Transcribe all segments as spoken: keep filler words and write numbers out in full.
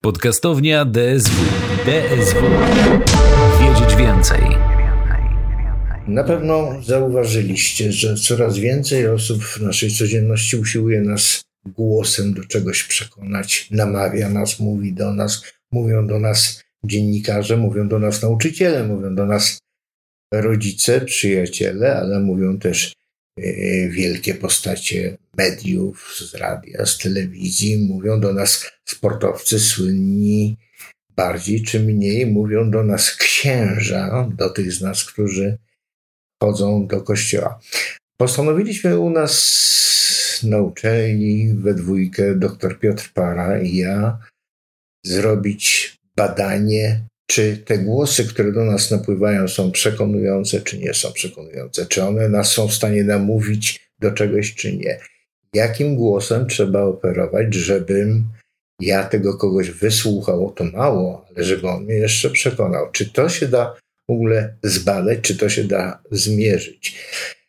Podcastownia D S W. D S W. Wiedzieć więcej. Na pewno zauważyliście, że coraz więcej osób w naszej codzienności usiłuje nas głosem do czegoś przekonać, namawia nas, mówi do nas, mówią do nas dziennikarze, mówią do nas nauczyciele, mówią do nas rodzice, przyjaciele, ale mówią też e, wielkie postacie mediów, z radia, z telewizji, mówią do nas sportowcy słynni, bardziej czy mniej, mówią do nas księża, do tych z nas, którzy chodzą do kościoła. Postanowiliśmy u nas na uczelni we dwójkę, dr Piotr Para i ja, zrobić badanie, czy te głosy, które do nas napływają, są przekonujące, czy nie są przekonujące, czy one nas są w stanie namówić do czegoś, czy nie. Jakim głosem trzeba operować, żebym ja tego kogoś wysłuchał, to mało, ale żeby on mnie jeszcze przekonał. Czy to się da w ogóle zbadać, czy to się da zmierzyć?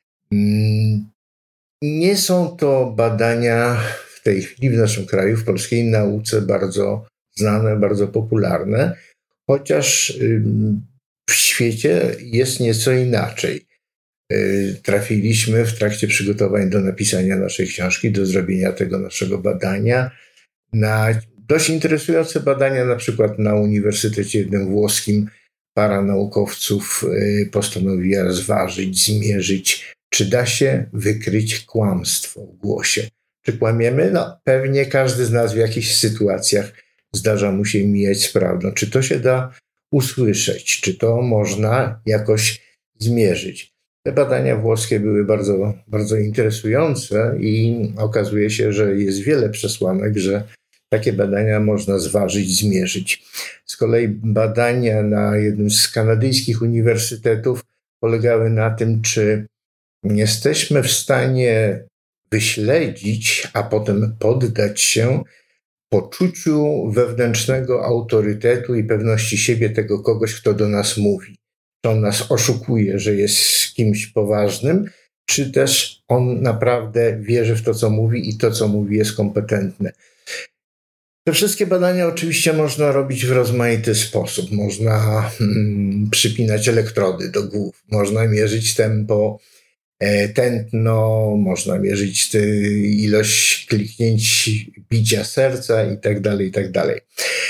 Nie są to badania w tej chwili w naszym kraju, w polskiej nauce bardzo znane, bardzo popularne, chociaż w świecie jest nieco inaczej. Trafiliśmy w trakcie przygotowań do napisania naszej książki, do zrobienia tego naszego badania na dość interesujące badania, na przykład na Uniwersytecie jednym włoskim para naukowców postanowiła zważyć, zmierzyć, czy da się wykryć kłamstwo w głosie. Czy kłamiemy? No pewnie każdy z nas w jakichś sytuacjach zdarza mu się mijać z prawdą. Czy to się da usłyszeć? Czy to można jakoś zmierzyć? Te badania włoskie były bardzo, bardzo interesujące i okazuje się, że jest wiele przesłanek, że takie badania można zważyć, zmierzyć. Z kolei badania na jednym z kanadyjskich uniwersytetów polegały na tym, czy jesteśmy w stanie wyśledzić, a potem poddać się poczuciu wewnętrznego autorytetu i pewności siebie tego kogoś, kto do nas mówi. Czy on nas oszukuje, że jest kimś poważnym, czy też on naprawdę wierzy w to, co mówi i to, co mówi, jest kompetentne. Te wszystkie badania oczywiście można robić w rozmaity sposób. Można hmm, przypinać elektrody do głów, można mierzyć tempo, e, tętno, można mierzyć te, ilość kliknięć bicia serca i tak dalej, i tak dalej.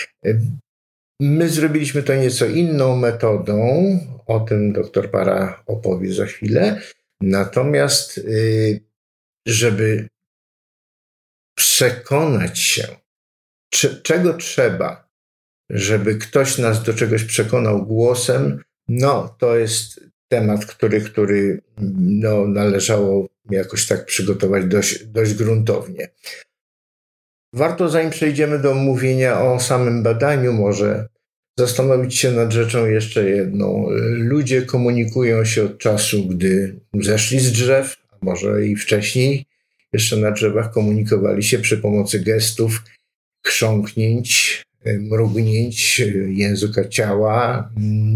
My zrobiliśmy to nieco inną metodą, o tym dr Para opowie za chwilę. Natomiast, y, żeby przekonać się, czy, czego trzeba, żeby ktoś nas do czegoś przekonał głosem, no to jest temat, który, który no, należało jakoś tak przygotować dość, dość gruntownie. Warto, zanim przejdziemy do mówienia o samym badaniu, może zastanowić się nad rzeczą jeszcze jedną. Ludzie komunikują się od czasu, gdy zeszli z drzew, a może i wcześniej, jeszcze na drzewach komunikowali się przy pomocy gestów, chrząknięć, mrugnięć, języka ciała.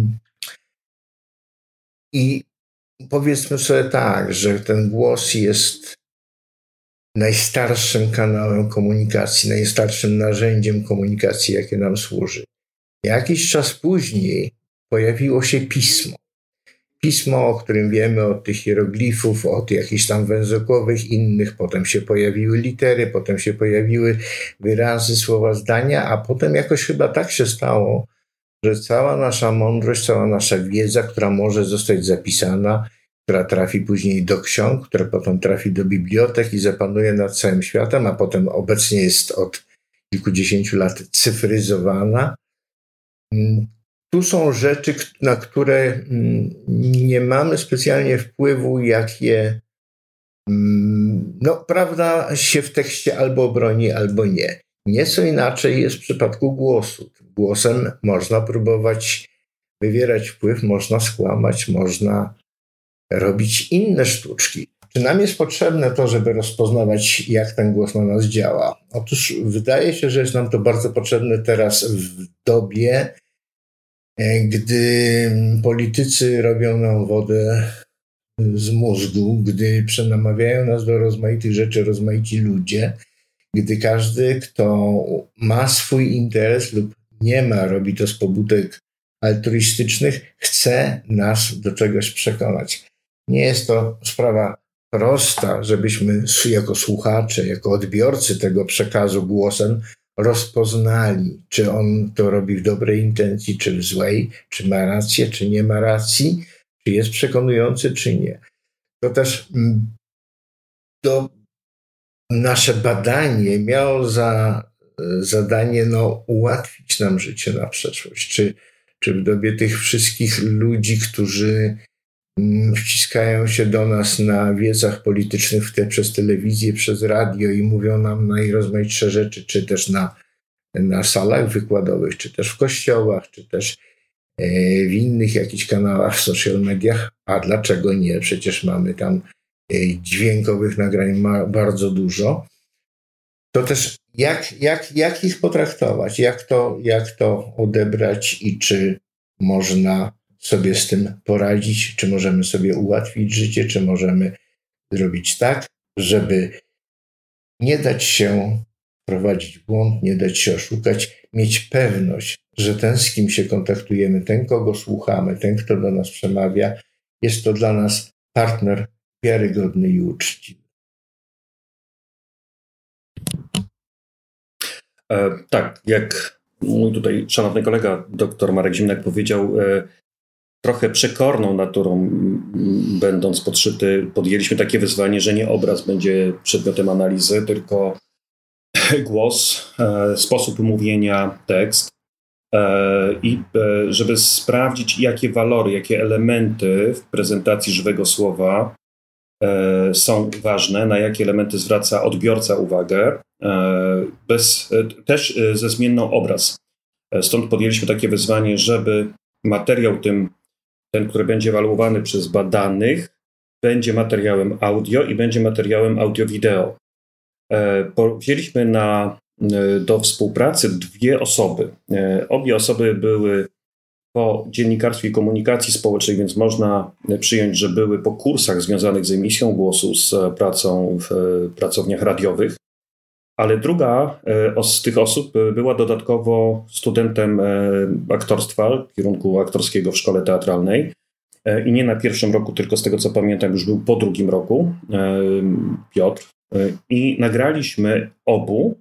I powiedzmy sobie tak, że ten głos jest najstarszym kanałem komunikacji, najstarszym narzędziem komunikacji, jakie nam służy. Jakiś czas później pojawiło się pismo. Pismo, o którym wiemy od tych hieroglifów, od jakichś tam węzłowych, innych. Potem się pojawiły litery, potem się pojawiły wyrazy, słowa, zdania, a potem jakoś chyba tak się stało, że cała nasza mądrość, cała nasza wiedza, która może zostać zapisana, która trafi później do ksiąg, która potem trafi do bibliotek i zapanuje nad całym światem, a potem obecnie jest od kilkudziesięciu lat cyfryzowana. Tu są rzeczy, na które nie mamy specjalnie wpływu, jak je, no prawda, się w tekście albo obroni, albo nie. Nieco inaczej jest w przypadku głosu. Głosem można próbować wywierać wpływ, można skłamać, można robić inne sztuczki. Czy nam jest potrzebne to, żeby rozpoznawać, jak ten głos na nas działa? Otóż wydaje się, że jest nam to bardzo potrzebne teraz w dobie, gdy politycy robią nam wodę z mózgu, gdy przenamawiają nas do rozmaitych rzeczy rozmaici ludzie, gdy każdy, kto ma swój interes lub nie ma, robi to z pobudek altruistycznych, chce nas do czegoś przekonać. Nie jest to sprawa prosta, żebyśmy jako słuchacze, jako odbiorcy tego przekazu głosem rozpoznali, czy on to robi w dobrej intencji, czy w złej, czy ma rację, czy nie ma racji, czy jest przekonujący, czy nie. To też to nasze badanie miało za zadanie no, ułatwić nam życie na przyszłość. Czy, czy w dobie tych wszystkich ludzi, którzy wciskają się do nas na wiecach politycznych w te, przez telewizję, przez radio i mówią nam najrozmaitsze rzeczy, czy też na, na salach wykładowych, czy też w kościołach, czy też w innych jakichś kanałach w social mediach. A dlaczego nie? Przecież mamy tam dźwiękowych nagrań bardzo dużo. To też jak, jak, jak ich potraktować, jak to, jak to odebrać i czy można sobie z tym poradzić, czy możemy sobie ułatwić życie, czy możemy zrobić tak, żeby nie dać się wprowadzić w błąd, nie dać się oszukać, mieć pewność, że ten, z kim się kontaktujemy, ten, kogo słuchamy, ten, kto do nas przemawia, jest to dla nas partner wiarygodny i uczciwy. E, tak, jak mój tutaj szanowny kolega dr Marek Zimnek powiedział, e, trochę przekorną naturą m, będąc podszyty, podjęliśmy takie wyzwanie, że nie obraz będzie przedmiotem analizy, tylko głos, e, sposób mówienia, tekst e, i e, żeby sprawdzić, jakie walory, jakie elementy w prezentacji żywego słowa e, są ważne, na jakie elementy zwraca odbiorca uwagę, e, bez, e, też e, ze zmienną obraz. E, stąd podjęliśmy takie wyzwanie, żeby materiał tym, ten, który będzie ewaluowany przez badanych, będzie materiałem audio i będzie materiałem audio-wideo. Wzięliśmy na, do współpracy dwie osoby. Obie osoby były po dziennikarstwie i komunikacji społecznej, więc można przyjąć, że były po kursach związanych z emisją głosu, z pracą w pracowniach radiowych. Ale druga z tych osób była dodatkowo studentem aktorstwa, kierunku aktorskiego w szkole teatralnej. I nie na pierwszym roku, tylko z tego co pamiętam, już był po drugim roku, Piotr. I nagraliśmy obu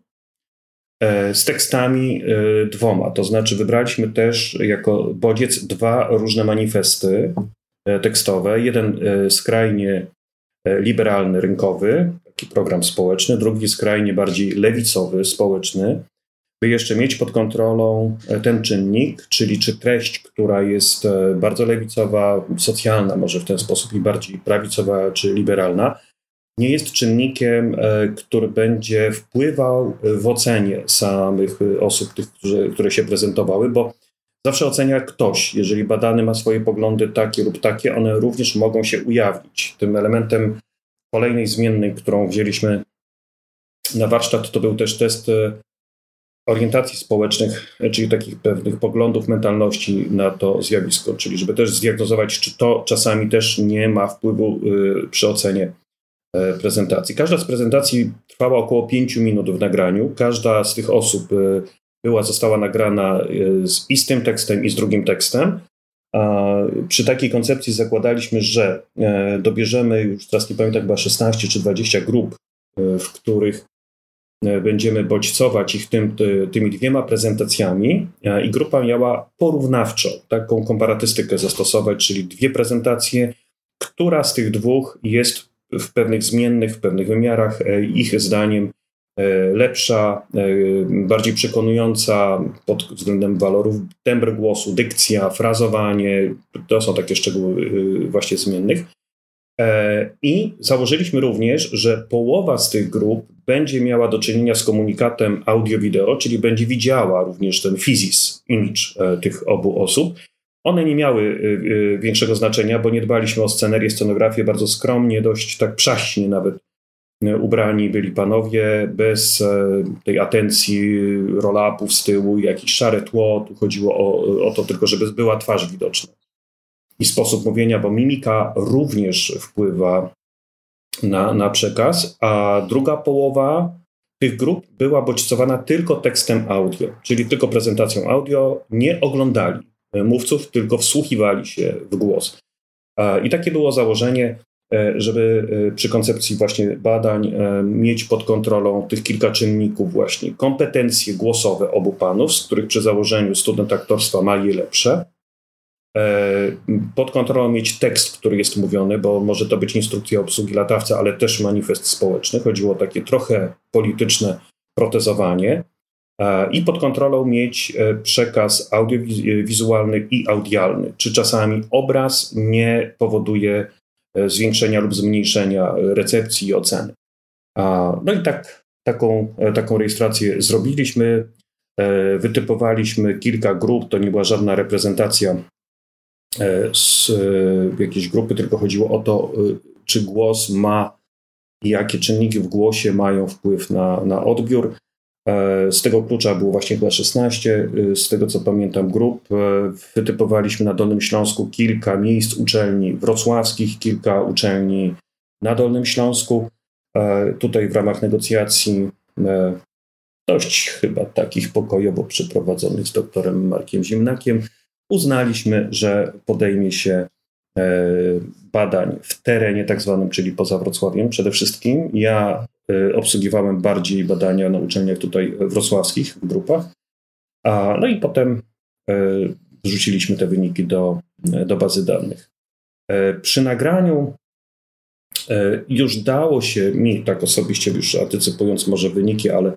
z tekstami dwoma. To znaczy wybraliśmy też jako bodziec dwa różne manifesty tekstowe. Jeden skrajnie liberalny, rynkowy, taki program społeczny, drugi skrajnie bardziej lewicowy, społeczny, by jeszcze mieć pod kontrolą ten czynnik, czyli czy treść, która jest bardzo lewicowa, socjalna może w ten sposób i bardziej prawicowa czy liberalna, nie jest czynnikiem, który będzie wpływał w ocenie samych osób, tych, które, które się prezentowały, bo zawsze ocenia ktoś. Jeżeli badany ma swoje poglądy takie lub takie, one również mogą się ujawnić. Tym elementem kolejnej zmiennej, którą wzięliśmy na warsztat, to był też test orientacji społecznych, czyli takich pewnych poglądów, mentalności na to zjawisko, czyli żeby też zdiagnozować, czy to czasami też nie ma wpływu przy ocenie prezentacji. Każda z prezentacji trwała około pięciu minut w nagraniu. Każda z tych osób była, została nagrana z, i z tym tekstem, i z drugim tekstem. A przy takiej koncepcji zakładaliśmy, że dobierzemy, już teraz nie pamiętam, chyba szesnaście czy dwadzieścia grup, w których będziemy bodźcować ich tym, ty, tymi dwiema prezentacjami i grupa miała porównawczo taką komparatystykę zastosować, czyli dwie prezentacje, która z tych dwóch jest w pewnych zmiennych, w pewnych wymiarach ich zdaniem lepsza, bardziej przekonująca pod względem walorów, tembr głosu, dykcja, frazowanie, to są takie szczegóły właśnie zmiennych. I założyliśmy również, że połowa z tych grup będzie miała do czynienia z komunikatem audio-wideo, czyli będzie widziała również ten physis, image tych obu osób. One nie miały większego znaczenia, bo nie dbaliśmy o scenerię, scenografię, bardzo skromnie, dość tak przaśnie nawet ubrani byli panowie, bez tej atencji roll-upów z tyłu, jakieś szare tło. Tu chodziło o, o to tylko, żeby była twarz widoczna. I sposób mówienia, bo mimika również wpływa na, na przekaz, a druga połowa tych grup była bodźcowana tylko tekstem audio, czyli tylko prezentacją audio, nie oglądali mówców, tylko wsłuchiwali się w głos. I takie było założenie, żeby przy koncepcji właśnie badań mieć pod kontrolą tych kilka czynników właśnie. Kompetencje głosowe obu panów, z których przy założeniu student aktorstwa ma je lepsze. Pod kontrolą mieć tekst, który jest mówiony, bo może to być instrukcja obsługi latawca, ale też manifest społeczny. Chodziło o takie trochę polityczne protezowanie. I pod kontrolą mieć przekaz audiowizualny i audialny. Czy czasami obraz nie powoduje zwiększenia lub zmniejszenia recepcji i oceny. No i tak, taką, taką rejestrację zrobiliśmy. Wytypowaliśmy kilka grup, to nie była żadna reprezentacja z jakiejś grupy, tylko chodziło o to, czy głos ma, jakie czynniki w głosie mają wpływ na, na odbiór. Z tego klucza było właśnie chyba szesnaście, z tego co pamiętam, grup. Wytypowaliśmy na Dolnym Śląsku kilka miejsc uczelni wrocławskich, kilka uczelni na Dolnym Śląsku. Tutaj w ramach negocjacji dość chyba takich pokojowo przeprowadzonych z doktorem Markiem Zimnakiem uznaliśmy, że podejmie się badań w terenie tak zwanym, czyli poza Wrocławiem przede wszystkim. Ja obsługiwałem bardziej badania na uczelniach tutaj wrocławskich w grupach. A, no i potem wrzuciliśmy te wyniki do, do bazy danych. Przy nagraniu już dało się mi, tak osobiście już antycypując może wyniki, ale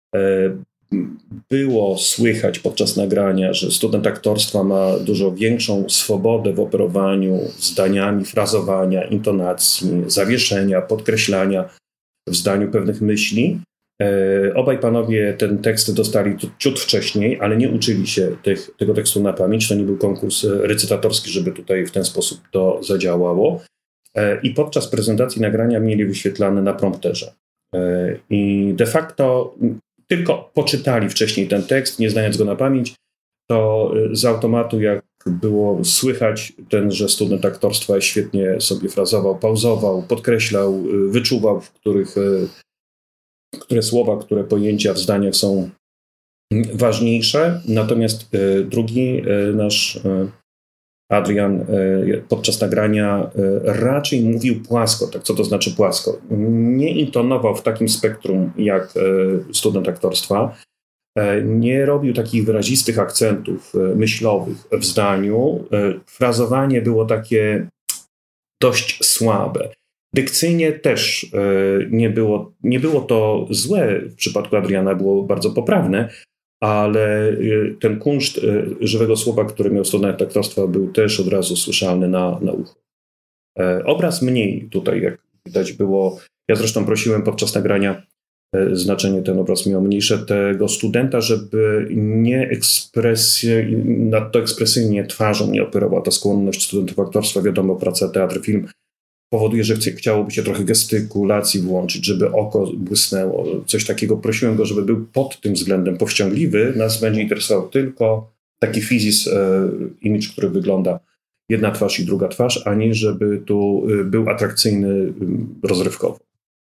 było słychać podczas nagrania, że student aktorstwa ma dużo większą swobodę w operowaniu zdaniami, frazowania, intonacji, zawieszenia, podkreślania w zdaniu pewnych myśli. E, obaj panowie ten tekst dostali ciut wcześniej, ale nie uczyli się tych, tego tekstu na pamięć. To nie był konkurs recytatorski, żeby tutaj w ten sposób to zadziałało. E, I podczas prezentacji nagrania mieli wyświetlane na prompterze. E, I de facto tylko poczytali wcześniej ten tekst, nie znając go na pamięć, to z automatu, jak było słychać, tenże student aktorstwa świetnie sobie frazował, pauzował, podkreślał, wyczuwał, w których, które słowa, które pojęcia w zdaniach są ważniejsze. Natomiast drugi nasz Adrian podczas nagrania raczej mówił płasko. Tak, co to znaczy płasko? Nie intonował w takim spektrum jak student aktorstwa. Nie robił takich wyrazistych akcentów myślowych w zdaniu. Frazowanie było takie dość słabe. Dykcyjnie też nie było, nie było to złe. W przypadku Adriana było bardzo poprawne, ale ten kunszt żywego słowa, który miał student aktorstwa, był też od razu słyszalny na, na ucho. Obraz mniej tutaj, jak widać, było. Ja zresztą prosiłem podczas nagrania, znaczenie ten obraz miał mniejsze, tego studenta, żeby nie ekspresję, nadto ekspresyjnie twarzą nie operował. Ta skłonność studentów aktorstwa, wiadomo, praca, teatr, film powoduje, że chce, chciałoby się trochę gestykulacji włączyć, żeby oko błysnęło, coś takiego. Prosiłem go, żeby był pod tym względem powściągliwy. Nas będzie interesował tylko taki fizis, e, image, który wygląda jedna twarz i druga twarz, a nie żeby tu był atrakcyjny rozrywkowo.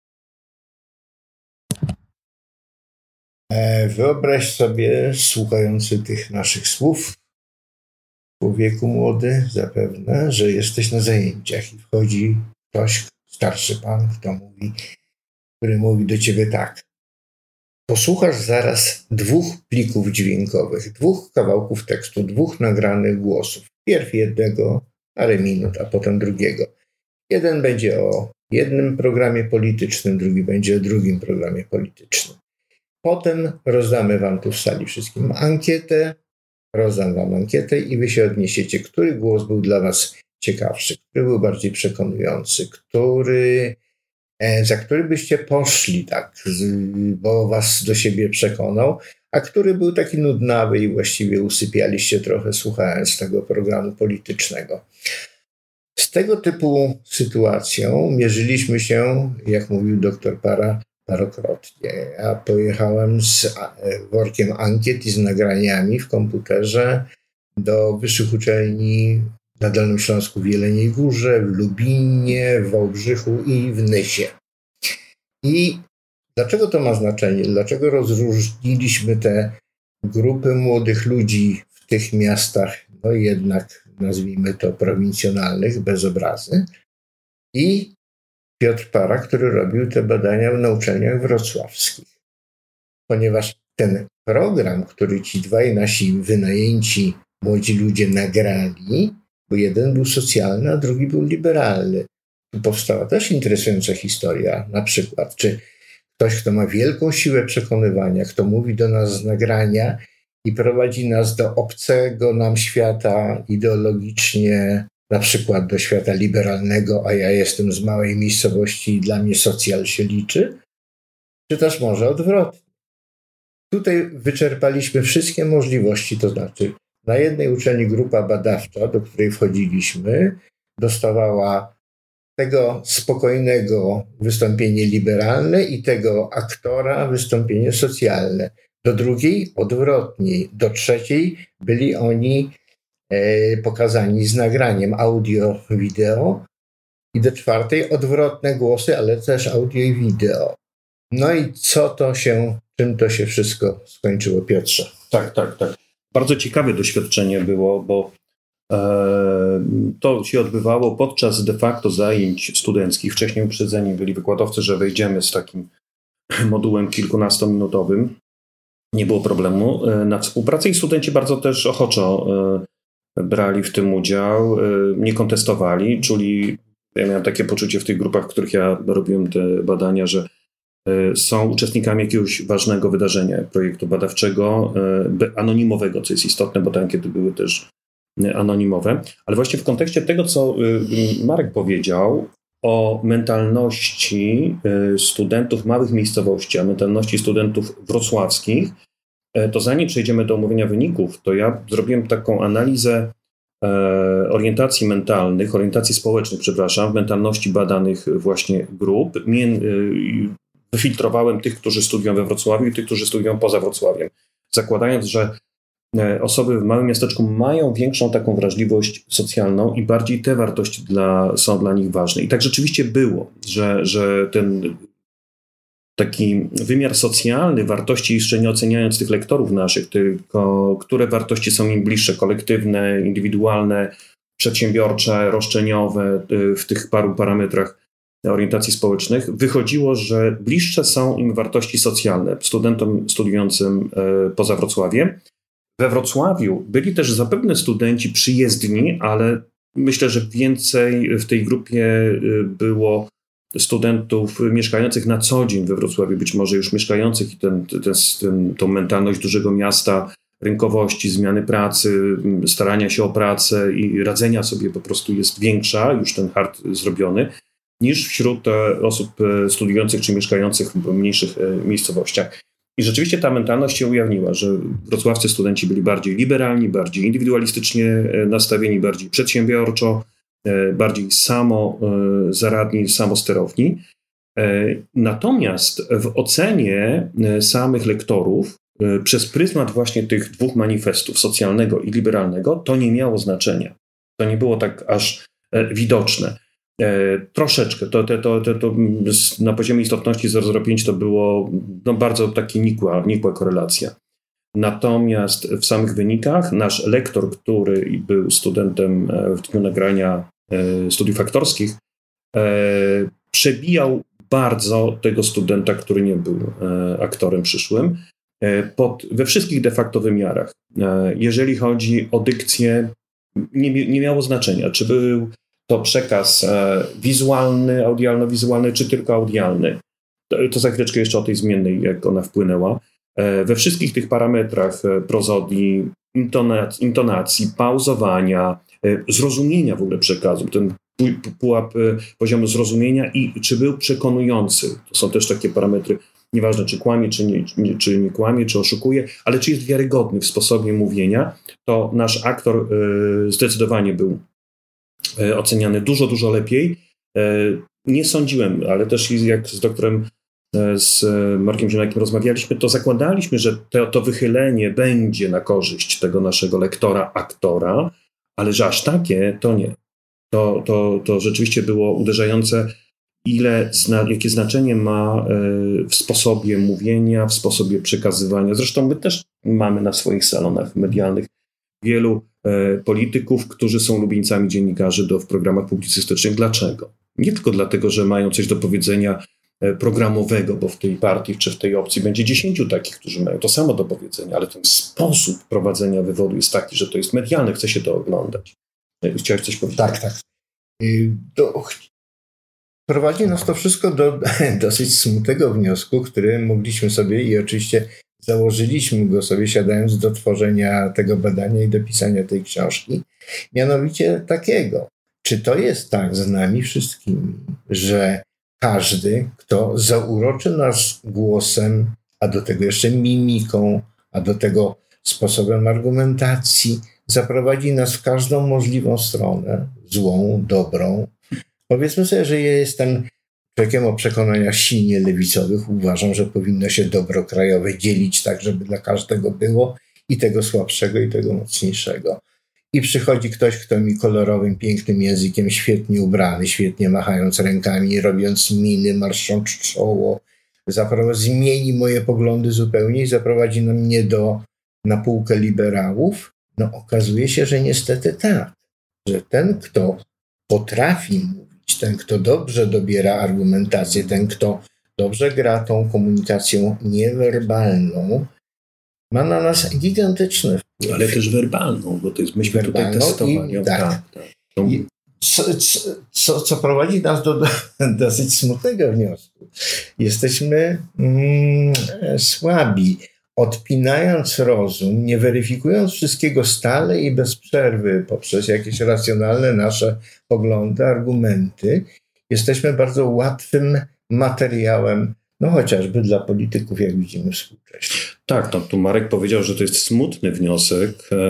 Wyobraź sobie, słuchający tych naszych słów, człowieku młody zapewne, że jesteś na zajęciach i wchodzi ktoś, starszy pan, kto mówi, który mówi do ciebie tak. Posłuchasz zaraz dwóch plików dźwiękowych, dwóch kawałków tekstu, dwóch nagranych głosów. Pierw jednego, parę minut, a potem drugiego. Jeden będzie o jednym programie politycznym, drugi będzie o drugim programie politycznym. Potem rozdamy wam tu w sali wszystkim ankietę, rozdam wam ankietę i wy się odniesiecie, który głos był dla was ciekawszy, który był bardziej przekonujący, który, za który byście poszli, tak, bo was do siebie przekonał, a który był taki nudnawy i właściwie usypialiście trochę słuchając tego programu politycznego. Z tego typu sytuacją mierzyliśmy się, jak mówił doktor Para, parokrotnie. Ja pojechałem z workiem ankiet i z nagraniami w komputerze do wyższych uczelni na Dolnym Śląsku, w Jeleniej Górze, w Lubinie, w Wałbrzychu i w Nysie. I Dlaczego to ma znaczenie? Dlaczego rozróżniliśmy te grupy młodych ludzi w tych miastach, no jednak nazwijmy to prowincjonalnych, bez obrazy, i Piotr Para, który robił te badania na uczelniach wrocławskich? Ponieważ ten program, który ci dwaj nasi wynajęci młodzi ludzie nagrali, bo jeden był socjalny, a drugi był liberalny. Tu powstała też interesująca historia, na przykład, czy ktoś, kto ma wielką siłę przekonywania, kto mówi do nas z nagrania i prowadzi nas do obcego nam świata ideologicznie, na przykład do świata liberalnego, a ja jestem z małej miejscowości i dla mnie socjal się liczy, czy też może odwrotnie. Tutaj wyczerpaliśmy wszystkie możliwości, to znaczy na jednej uczelni grupa badawcza, do której wchodziliśmy, dostawała tego spokojnego wystąpienie liberalne i tego aktora wystąpienie socjalne. Do drugiej odwrotnie. Do trzeciej byli oni e, pokazani z nagraniem audio, wideo i do czwartej odwrotne głosy, ale też audio i wideo. No i co to się, czym to się wszystko skończyło, Piotrze? Tak, tak, tak. Bardzo ciekawe doświadczenie było, bo e, to się odbywało podczas de facto zajęć studenckich. Wcześniej uprzedzeni byli wykładowcy, że wejdziemy z takim modułem kilkunastominutowym. Nie było problemu e, na współpracę i studenci bardzo też ochoczo e, brali w tym udział, e, nie kontestowali, czuli, ja miałem takie poczucie w tych grupach, w których ja robiłem te badania, że są uczestnikami jakiegoś ważnego wydarzenia, projektu badawczego, anonimowego, co jest istotne, bo te ankiety były też anonimowe. Ale właśnie w kontekście tego, co Marek powiedział o mentalności studentów małych miejscowości, a mentalności studentów wrocławskich, to zanim przejdziemy do omówienia wyników, to ja zrobiłem taką analizę orientacji mentalnych, orientacji społecznych, przepraszam, mentalności badanych właśnie grup. Wyfiltrowałem tych, którzy studiują we Wrocławiu i tych, którzy studiują poza Wrocławiem, zakładając, że osoby w małym miasteczku mają większą taką wrażliwość socjalną i bardziej te wartości dla, są dla nich ważne. I tak rzeczywiście było, że, że ten taki wymiar socjalny, wartości, jeszcze nie oceniając tych lektorów naszych, tylko które wartości są im bliższe, kolektywne, indywidualne, przedsiębiorcze, roszczeniowe, w tych paru parametrach orientacji społecznych, wychodziło, że bliższe są im wartości socjalne studentom studiującym poza Wrocławiem. We Wrocławiu byli też zapewne studenci przyjezdni, ale myślę, że więcej w tej grupie było studentów mieszkających na co dzień we Wrocławiu, być może już mieszkających i ten, ten, ten, tą mentalność dużego miasta, rynkowości, zmiany pracy, starania się o pracę i radzenia sobie po prostu jest większa, już ten hard zrobiony, niż wśród osób studiujących czy mieszkających w mniejszych miejscowościach. I rzeczywiście ta mentalność się ujawniła, że wrocławscy studenci byli bardziej liberalni, bardziej indywidualistycznie nastawieni, bardziej przedsiębiorczo, bardziej samozaradni, samosterowni. Natomiast w ocenie samych lektorów przez pryzmat właśnie tych dwóch manifestów, socjalnego i liberalnego, to nie miało znaczenia. To nie było tak aż widoczne. Troszeczkę, to, to, to, to, to na poziomie istotności zero przecinek zero pięć to było no, bardzo taka nikła, nikła korelacja. Natomiast w samych wynikach nasz lektor, który był studentem w dniu nagrania studiów aktorskich, przebijał bardzo tego studenta, który nie był aktorem przyszłym, pod, we wszystkich de facto wymiarach. Jeżeli chodzi o dykcję, nie, nie miało znaczenia, czy był to przekaz wizualny, audialno-wizualny, czy tylko audialny. To, to za chwileczkę jeszcze o tej zmiennej, jak ona wpłynęła. We wszystkich tych parametrach prozodii, intonacji, intonacji, pauzowania, zrozumienia w ogóle przekazu, ten pułap poziomu zrozumienia i czy był przekonujący. To są też takie parametry, nieważne czy kłamie, czy nie, czy nie kłamie, czy oszukuje, ale czy jest wiarygodny w sposobie mówienia, to nasz aktor zdecydowanie był oceniany dużo, dużo lepiej. Nie sądziłem, ale też jak z doktorem, z Markiem Ziemniakiem rozmawialiśmy, to zakładaliśmy, że to, to wychylenie będzie na korzyść tego naszego lektora, aktora, ale że aż takie, to nie. To, to, to rzeczywiście było uderzające ile, jakie znaczenie ma w sposobie mówienia, w sposobie przekazywania. Zresztą my też mamy na swoich salonach medialnych wielu polityków, którzy są lubieńcami dziennikarzy do, w programach publicystycznych. Dlaczego? Nie tylko dlatego, że mają coś do powiedzenia programowego, bo w tej partii czy w tej opcji będzie dziesięciu takich, którzy mają to samo do powiedzenia, ale ten sposób prowadzenia wywodu jest taki, że to jest medialne, chce się to oglądać. Chciałeś coś powiedzieć? Tak, tak. To prowadzi nas to wszystko do dosyć smutnego wniosku, który mogliśmy sobie i oczywiście założyliśmy go sobie, siadając do tworzenia tego badania i do pisania tej książki. Mianowicie takiego. Czy to jest tak z nami wszystkimi, że każdy, kto zauroczy nas głosem, a do tego jeszcze mimiką, a do tego sposobem argumentacji, zaprowadzi nas w każdą możliwą stronę, złą, dobrą. Powiedzmy sobie, że ja jestem człowiekiem o przekonaniach silnie lewicowych. Uważam, że powinno się dobro krajowe dzielić tak, żeby dla każdego było i tego słabszego, i tego mocniejszego. I przychodzi ktoś, kto mi kolorowym, pięknym językiem, świetnie ubrany, świetnie machając rękami, robiąc miny, marszcząc czoło, zapro- zmieni moje poglądy zupełnie i zaprowadzi na mnie do, na półkę liberałów. No okazuje się, że niestety tak, że ten, kto potrafi mówić, ten, kto dobrze dobiera argumentację, ten, kto dobrze gra tą komunikacją niewerbalną, ma na nas gigantyczny wpływ. Ale też werbalną, bo to jest myśmy tutaj testowani. I, tak. tak, tak. I co, co, co prowadzi nas do, do dosyć smutnego wniosku. Jesteśmy mm, słabi. Odpinając rozum, nie weryfikując wszystkiego stale i bez przerwy poprzez jakieś racjonalne nasze poglądy, argumenty, jesteśmy bardzo łatwym materiałem, no chociażby dla polityków, jak widzimy współcześnie. Tak, no tu Marek powiedział, że to jest smutny wniosek.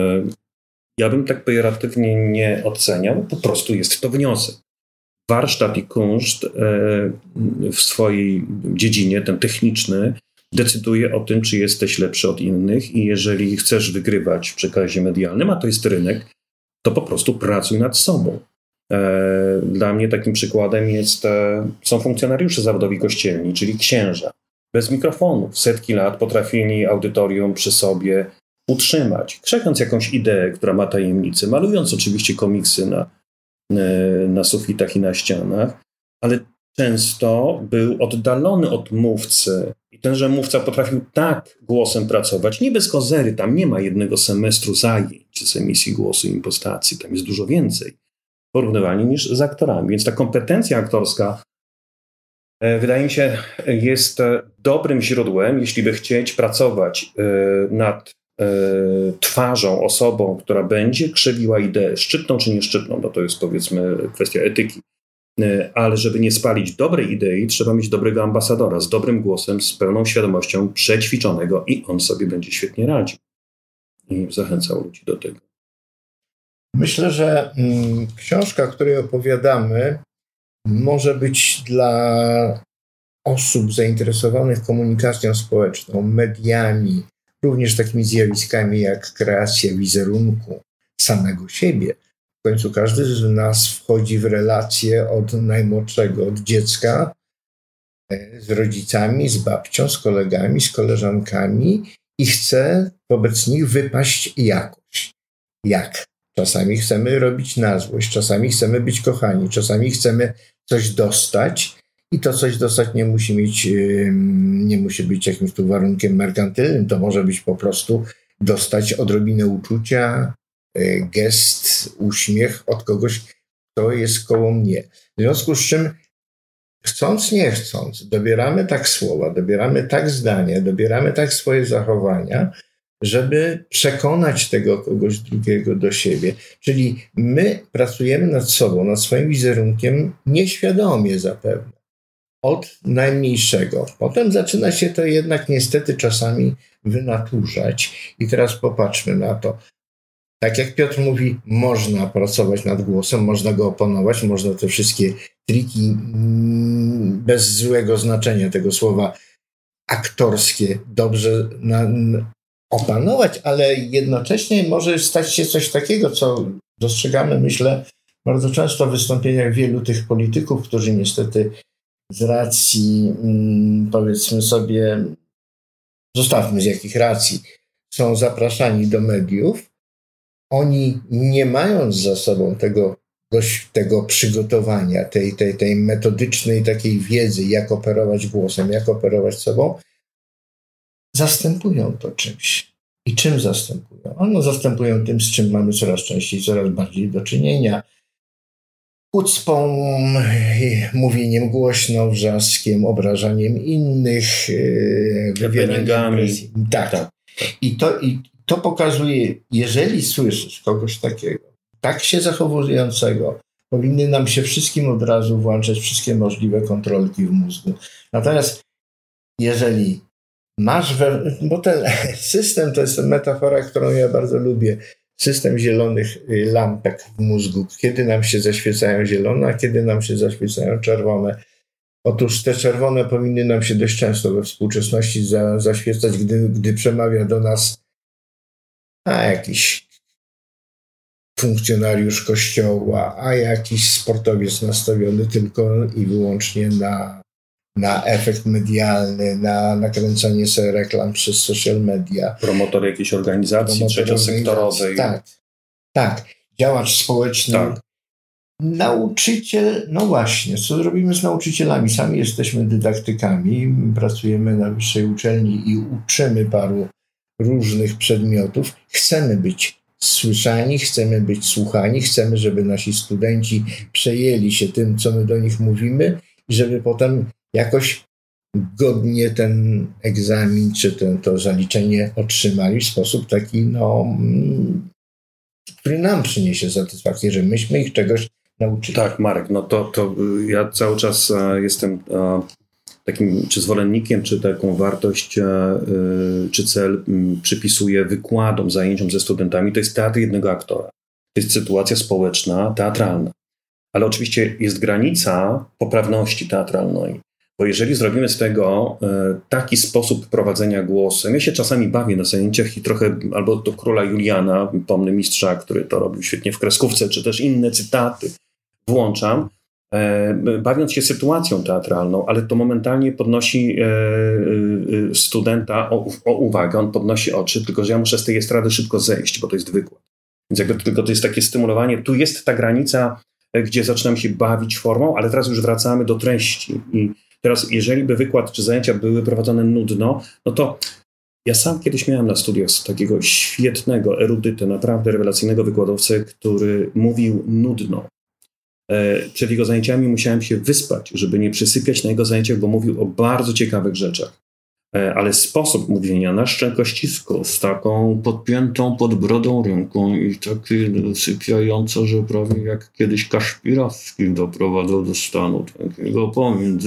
Ja bym tak pejoratywnie nie oceniał, po prostu jest to wniosek. Warsztat i kunszt w swojej dziedzinie, ten techniczny, decyduje o tym, czy jesteś lepszy od innych i jeżeli chcesz wygrywać w przekazie medialnym, a to jest rynek, to po prostu pracuj nad sobą. Dla mnie takim przykładem jest, są funkcjonariusze zawodowi kościelni, czyli księża. Bez mikrofonów, setki lat potrafili audytorium przy sobie utrzymać, krzewiąc jakąś ideę, która ma tajemnicę, malując oczywiście komiksy na, na sufitach i na ścianach, ale często był oddalony od mówcy i tenże mówca potrafił tak głosem pracować, nie bez kozery, tam nie ma jednego semestru zajęć czy z emisji głosu i impostacji, tam jest dużo więcej porównywalnie niż z aktorami, więc ta kompetencja aktorska wydaje mi się jest dobrym źródłem, jeśli by chcieć pracować nad twarzą, osobą, która będzie krzewiła ideę szczytną czy nieszczytną, bo to jest powiedzmy kwestia etyki. Ale żeby nie spalić dobrej idei, trzeba mieć dobrego ambasadora z dobrym głosem, z pełną świadomością przećwiczonego i on sobie będzie świetnie radził. I zachęcał ludzi do tego. Myślę, że mm, książka, o której opowiadamy, może być dla osób zainteresowanych komunikacją społeczną, mediami, również takimi zjawiskami jak kreacja wizerunku samego siebie. W końcu każdy z nas wchodzi w relacje od najmłodszego, od dziecka, z rodzicami, z babcią, z kolegami, z koleżankami i chce wobec nich wypaść jakoś. Jak? Czasami chcemy robić na złość, czasami chcemy być kochani, czasami chcemy coś dostać i to coś dostać nie musi mieć, nie musi być jakimś tu warunkiem merkantylnym, to może być po prostu dostać odrobinę uczucia, gest, uśmiech od kogoś, kto jest koło mnie. W związku z czym, chcąc, nie chcąc, dobieramy tak słowa, dobieramy tak zdania, dobieramy tak swoje zachowania, żeby przekonać tego kogoś drugiego do siebie. Czyli my pracujemy nad sobą, nad swoim wizerunkiem nieświadomie zapewne. Od najmniejszego. Potem zaczyna się to jednak niestety czasami wynaturzać. I teraz popatrzmy na to. Tak jak Piotr mówi, można pracować nad głosem, można go opanować, można te wszystkie triki bez złego znaczenia tego słowa aktorskie dobrze na, opanować, ale jednocześnie może stać się coś takiego, co dostrzegamy, myślę, bardzo często w wystąpieniach wielu tych polityków, którzy niestety z racji, powiedzmy sobie, zostawmy z jakich racji, są zapraszani do mediów, oni nie mając za sobą tego, tego przygotowania, tej, tej, tej metodycznej takiej wiedzy, jak operować głosem, jak operować sobą, zastępują to czymś. I czym zastępują? No, zastępują tym, z czym mamy coraz częściej, coraz bardziej do czynienia. Hucpą, mówieniem głośno, wrzaskiem, obrażaniem innych, wywieraniem presji. Tak. tak. I to, I to pokazuje, jeżeli słyszysz kogoś takiego, tak się zachowującego, powinny nam się wszystkim od razu włączać wszystkie możliwe kontrolki w mózgu. Natomiast jeżeli masz, we, bo ten system to jest metafora, którą ja bardzo lubię, system zielonych lampek w mózgu, kiedy nam się zaświecają zielone, a kiedy nam się zaświecają czerwone. Otóż te czerwone powinny nam się dość często we współczesności za, zaświecać, gdy, gdy przemawia do nas a jakiś funkcjonariusz kościoła, a jakiś sportowiec nastawiony tylko i wyłącznie na, na efekt medialny, na nakręcanie sobie reklam przez social media. Promotor jakiejś organizacji Promotor trzeciosektorowej. Tak, tak. Działacz społeczny. Tak. Nauczyciel, no właśnie, co robimy z nauczycielami? Sami jesteśmy dydaktykami, pracujemy na wyższej uczelni i uczymy paru różnych przedmiotów. Chcemy być słyszani, chcemy być słuchani, chcemy, żeby nasi studenci przejęli się tym, co my do nich mówimy i żeby potem jakoś godnie ten egzamin czy ten, to zaliczenie otrzymali w sposób taki, no, który nam przyniesie satysfakcję, że myśmy ich czegoś nauczyli. Tak, Marek, no to, to ja cały czas e, jestem e, takim czy zwolennikiem, czy taką wartość, e, czy cel m, przypisuję wykładom, zajęciom ze studentami. To jest teatr jednego aktora. To jest sytuacja społeczna, teatralna. Ale oczywiście jest granica poprawności teatralnej. Bo jeżeli zrobimy z tego e, taki sposób prowadzenia głosem, ja się czasami bawię na zajęciach i trochę, albo do Króla Juliana, pomnę mistrza, który to robił świetnie w kreskówce, czy też inne cytaty włączam, e, bawiąc się sytuacją teatralną, ale to momentalnie podnosi e, e, studenta o, o uwagę, on podnosi oczy, tylko że ja muszę z tej estrady szybko zejść, bo to jest wykład. Więc jakby tylko to jest takie stymulowanie, tu jest ta granica, gdzie zaczynam się bawić formą, ale teraz już wracamy do treści. I teraz, jeżeli by wykład czy zajęcia były prowadzone nudno, no to ja sam kiedyś miałem na studiach takiego świetnego erudyta, naprawdę rewelacyjnego wykładowcę, który mówił nudno. E, przed jego zajęciami musiałem się wyspać, żeby nie przysypiać na jego zajęciach, bo mówił o bardzo ciekawych rzeczach. E, ale sposób mówienia na szczękościsku, z taką podpiętą pod brodą ręką i taki sypiająco, że prawie jak kiedyś Kaszpirawski doprowadzał do stanu takiego pomiędzy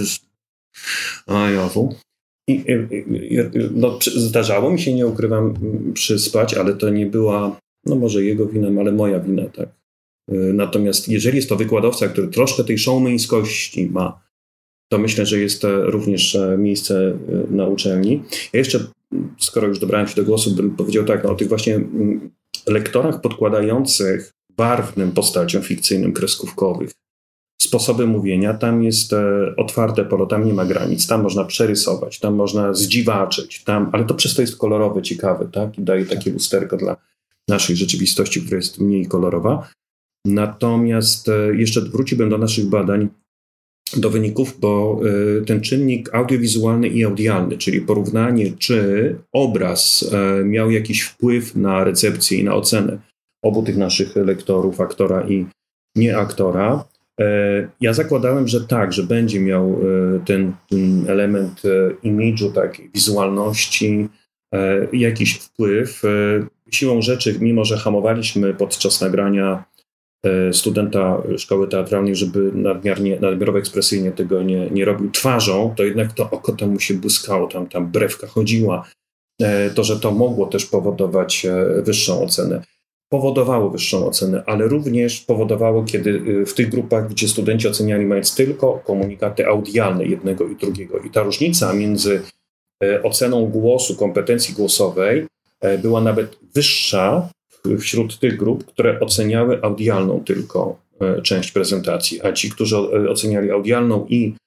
a jawą. I, i, i, no, zdarzało mi się, nie ukrywam, przyspać, ale to nie była, no może jego wina, ale moja wina, tak. Natomiast jeżeli jest to wykładowca, który troszkę tej showmeńskości ma, to myślę, że jest to również miejsce na uczelni. Ja jeszcze, skoro już dobrałem się do głosu, bym powiedział tak, no, o tych właśnie lektorach podkładających barwnym postaciom fikcyjnym, kreskówkowych sposoby mówienia, tam jest e, otwarte pole, tam nie ma granic, tam można przerysować, tam można zdziwaczyć, tam, ale to przez to jest kolorowe, ciekawe, tak? I daje takie lusterko dla naszej rzeczywistości, która jest mniej kolorowa. Natomiast e, jeszcze wróciłbym do naszych badań, do wyników, bo e, ten czynnik audiowizualny i audialny, czyli porównanie, czy obraz e, miał jakiś wpływ na recepcję i na ocenę obu tych naszych lektorów, aktora i nieaktora. Ja zakładałem, że tak, że będzie miał ten, ten element imidżu, takiej wizualności, jakiś wpływ. Siłą rzeczy, mimo że hamowaliśmy podczas nagrania studenta szkoły teatralnej, żeby nadmiernie, nadmiarowo ekspresyjnie tego nie, nie robił twarzą, to jednak to oko tam mu się błyskało, tam, tam brewka chodziła. To, że to mogło też powodować wyższą ocenę. Powodowało wyższą ocenę, ale również powodowało, kiedy w tych grupach, gdzie studenci oceniali mając tylko komunikaty audialne jednego i drugiego. I ta różnica między oceną głosu, kompetencji głosowej była nawet wyższa wśród tych grup, które oceniały audialną tylko część prezentacji, a ci, którzy oceniali audialną i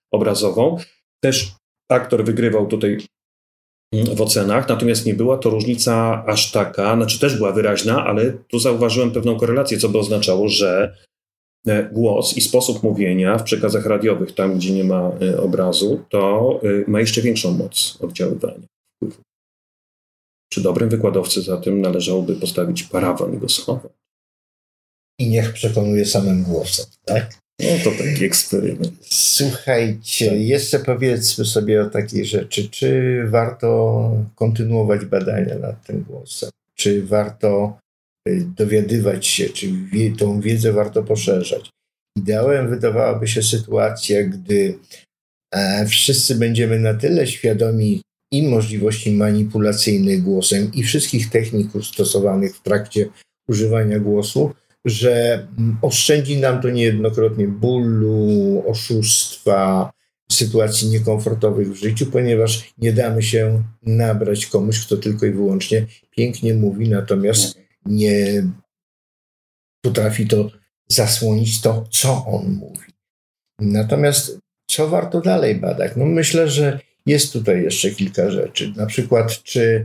obrazową. Też aktor wygrywał tutaj w ocenach, natomiast nie była to różnica aż taka, znaczy też była wyraźna, ale tu zauważyłem pewną korelację, co by oznaczało, że głos i sposób mówienia w przekazach radiowych, tam gdzie nie ma obrazu, to ma jeszcze większą moc oddziaływania. Przy dobrym wykładowcy zatem należałoby postawić parawan i go schować. I niech przekonuje samym głosem, tak? No to taki eksperyment. Słuchajcie, jeszcze powiedzmy sobie o takiej rzeczy. Czy warto kontynuować badania nad tym głosem? Czy warto dowiadywać się, czy wie, tą wiedzę warto poszerzać? Ideałem wydawałaby się sytuacja, gdy e, wszyscy będziemy na tyle świadomi i możliwości manipulacyjnych głosem i wszystkich technik stosowanych w trakcie używania głosu, że oszczędzi nam to niejednokrotnie bólu, oszustwa, sytuacji niekomfortowych w życiu, ponieważ nie damy się nabrać komuś, kto tylko i wyłącznie pięknie mówi, natomiast nie potrafi to zasłonić to, co on mówi. Natomiast co warto dalej badać? No myślę, że jest tutaj jeszcze kilka rzeczy. Na przykład, czy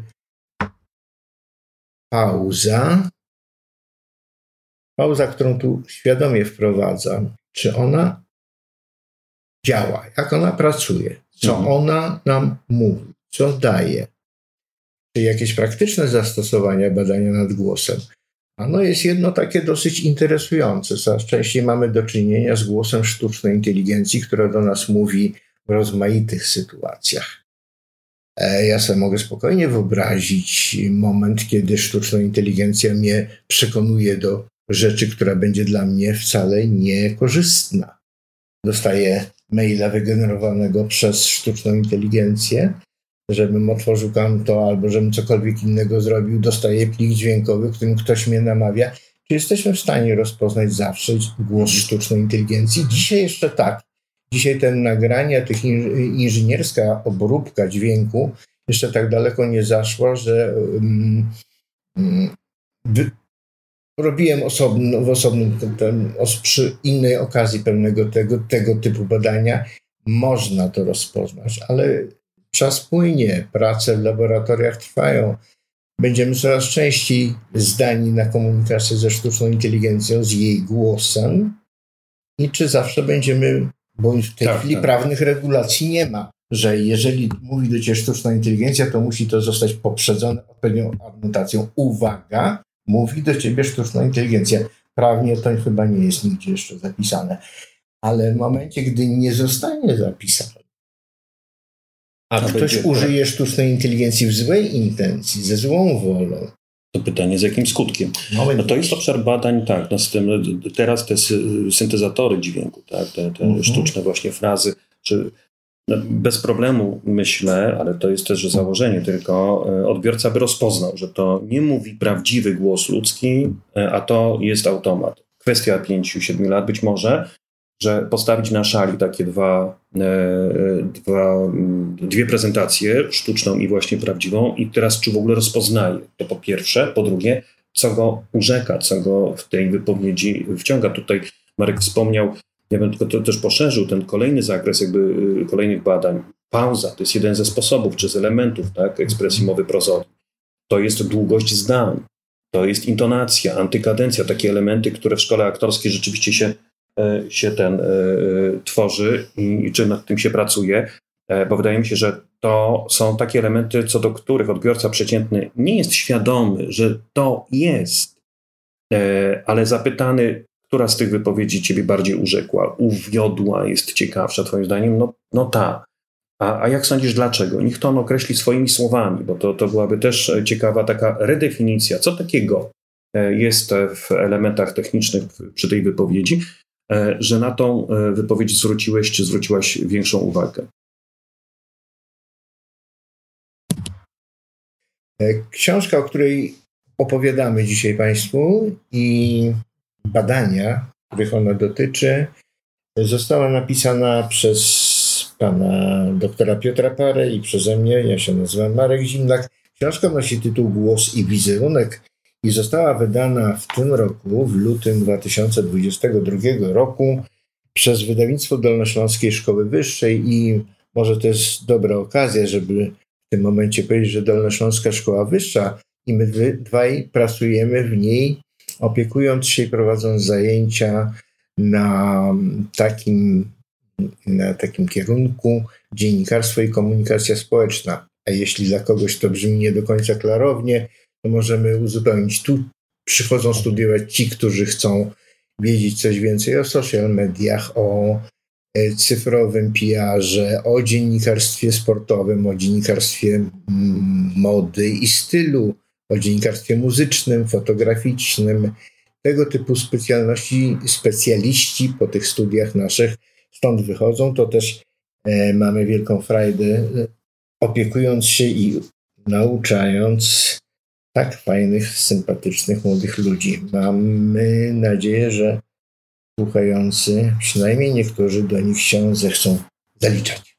pauza, pauza, którą tu świadomie wprowadzam, czy ona działa, jak ona pracuje, co mhm. ona nam mówi, co daje. Czy jakieś praktyczne zastosowania badania nad głosem. Ano jest jedno takie dosyć interesujące. Coraz częściej mamy do czynienia z głosem sztucznej inteligencji, która do nas mówi w rozmaitych sytuacjach. Ja sobie mogę spokojnie wyobrazić moment, kiedy sztuczna inteligencja mnie przekonuje do rzeczy, która będzie dla mnie wcale niekorzystna. Dostaję maila wygenerowanego przez sztuczną inteligencję, żebym otworzył konto albo żebym cokolwiek innego zrobił, dostaję plik dźwiękowy, w którym ktoś mnie namawia. Czy jesteśmy w stanie rozpoznać zawsze głos sztucznej inteligencji? Dzisiaj jeszcze tak. Dzisiaj te nagrania, tych inżynierska obróbka dźwięku jeszcze tak daleko nie zaszła, że um, um, robiłem osobno, w osobnym, ten, przy innej okazji pewnego tego, tego typu badania. Można to rozpoznać, ale czas płynie, prace w laboratoriach trwają. Będziemy coraz częściej zdani na komunikację ze sztuczną inteligencją, z jej głosem. I czy zawsze będziemy, bo w tej tak, chwili tak. prawnych regulacji nie ma, że jeżeli mówi do ciebie sztuczna inteligencja, to musi to zostać poprzedzone odpowiednią adnotacją. Uwaga, mówi do ciebie sztuczna inteligencja. Prawnie to chyba nie jest nigdzie jeszcze zapisane. Ale w momencie, gdy nie zostanie zapisane, a, a ktoś będzie, użyje sztucznej inteligencji w złej intencji, ze złą wolą. To pytanie, z jakim skutkiem? No, no to jest obszar badań, tak. No z tym, teraz te syntezatory dźwięku, tak, te, te mhm. sztuczne właśnie frazy, czy no bez problemu myślę, ale to jest też założenie, tylko odbiorca by rozpoznał, że to nie mówi prawdziwy głos ludzki, a to jest automat. Kwestia pięciu, siedmiu lat być może, że postawić na szali takie dwa, dwa, dwie prezentacje, sztuczną i właśnie prawdziwą, i teraz czy w ogóle rozpoznaje, to po pierwsze, po drugie, co go urzeka, co go w tej wypowiedzi wciąga. Tutaj Marek wspomniał, ja bym tylko to też poszerzył ten kolejny zakres jakby kolejnych badań. Pauza to jest jeden ze sposobów, czy z elementów, tak, ekspresji mowy prozodii. To jest długość zdań, to jest intonacja, antykadencja, takie elementy, które w szkole aktorskiej rzeczywiście się się ten y, tworzy i, i czy nad tym się pracuje, e, bo wydaje mi się, że to są takie elementy, co do których odbiorca przeciętny nie jest świadomy, że to jest, e, ale zapytany, która z tych wypowiedzi ciebie bardziej urzekła, uwiodła, jest ciekawsza twoim zdaniem, no, no ta. A, a jak sądzisz, dlaczego? Niech to on określi swoimi słowami, bo to, to byłaby też ciekawa taka redefinicja, co takiego jest w elementach technicznych przy tej wypowiedzi, że na tą wypowiedź zwróciłeś, czy zwróciłaś większą uwagę? Książka, o której opowiadamy dzisiaj Państwu, i badania, których ona dotyczy, została napisana przez pana doktora Piotra Parę i przeze mnie. Ja się nazywam Marek Zimlak. Książka nosi tytuł Głos i wizerunek i została wydana w tym roku, w lutym dwa tysiące dwudziestego drugiego roku, przez wydawnictwo Dolnośląskiej Szkoły Wyższej i może to jest dobra okazja, żeby w tym momencie powiedzieć, że Dolnośląska Szkoła Wyższa i my dwaj pracujemy w niej, opiekując się i prowadząc zajęcia na takim, na takim kierunku dziennikarstwo i komunikacja społeczna. A jeśli dla kogoś to brzmi nie do końca klarownie, to możemy uzupełnić. Tu przychodzą studiować ci, którzy chcą wiedzieć coś więcej o social mediach, o cyfrowym P R-ze, o dziennikarstwie sportowym, o dziennikarstwie mody i stylu, o dziennikarstwie muzycznym, fotograficznym. Tego typu specjalności, specjaliści po tych studiach naszych stąd wychodzą. To też e, mamy wielką frajdę, opiekując się i nauczając tak fajnych, sympatycznych, młodych ludzi. Mamy nadzieję, że słuchający, przynajmniej niektórzy do nich się zechcą zaliczać.